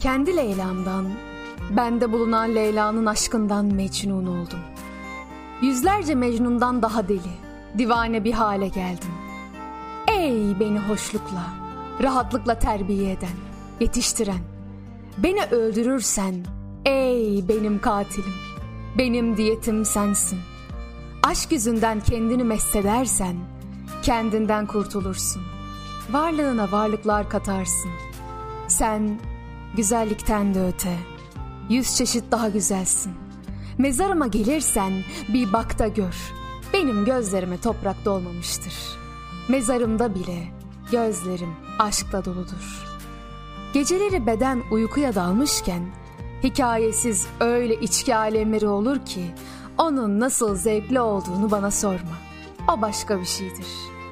Kendi Leyla'mdan, bende bulunan Leyla'nın aşkından mecnun oldum. Yüzlerce Mecnun'dan daha deli, divane bir hale geldim. Ey beni hoşlukla, rahatlıkla terbiye eden, yetiştiren, beni öldürürsen, ey benim katilim, benim diyetim sensin. Aşk yüzünden kendini mestedersen, kendinden kurtulursun. Varlığına varlıklar katarsın. Sen güzellikten de öte, 100 çeşit daha güzelsin. Mezarıma gelirsen bir bak da gör, benim gözlerime toprak dolmamıştır. Mezarımda bile gözlerim aşkla doludur. Geceleri beden uykuya dalmışken, hikayesiz öyle içki alemleri olur ki, onun nasıl zevkli olduğunu bana sorma. O başka bir şeydir.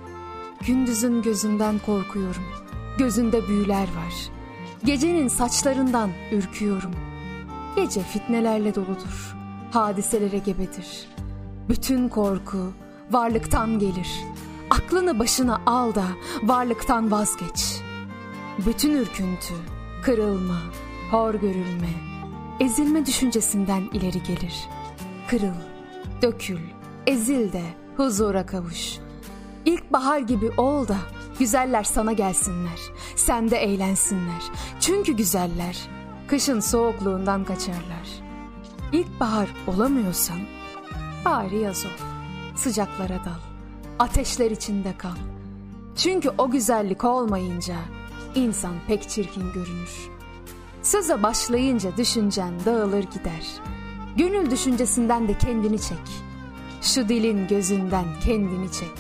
Gündüzün gözünden korkuyorum. Gözünde büyüler var. Gecenin saçlarından ürküyorum. Gece fitnelerle doludur. Hadiselere gebedir. Bütün korku varlıktan gelir. Aklını başına al da varlıktan vazgeç. Bütün ürküntü, kırılma, hor görülme, ezilme düşüncesinden ileri gelir. Kırıl, dökül, ezil de huzura kavuş. İlkbahar gibi ol da güzeller sana gelsinler, sen de eğlensinler. Çünkü güzeller kışın soğukluğundan kaçarlar. İlkbahar olamıyorsan bari yaz ol, sıcaklara dal, ateşler içinde kal. Çünkü o güzellik olmayınca insan pek çirkin görünür. Söze başlayınca düşüncen dağılır gider. Gönül düşüncesinden de kendini çek. Şu dilin gözünden kendini çek.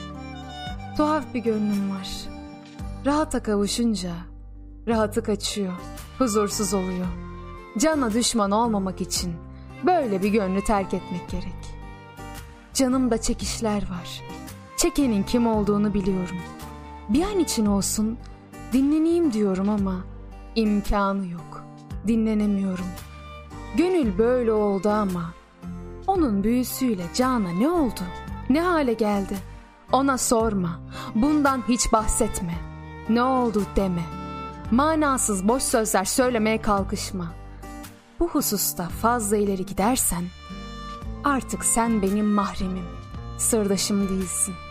Tuhaf bir gönlüm var. Rahata kavuşunca rahatı kaçıyor, huzursuz oluyor. Cana düşman olmamak için böyle bir gönlü terk etmek gerek. Canımda çekişler var. Çekenin kim olduğunu biliyorum. Bir an için olsun dinleneyim diyorum ama imkanı yok. Dinlenemiyorum. Gönül böyle oldu ama onun büyüsüyle cana ne oldu? Ne hale geldi? Ona sorma. Bundan hiç bahsetme. Ne oldu deme. Manasız boş sözler söylemeye kalkışma. Bu hususta fazla ileri gidersen artık sen benim mahremim, sırdaşım değilsin.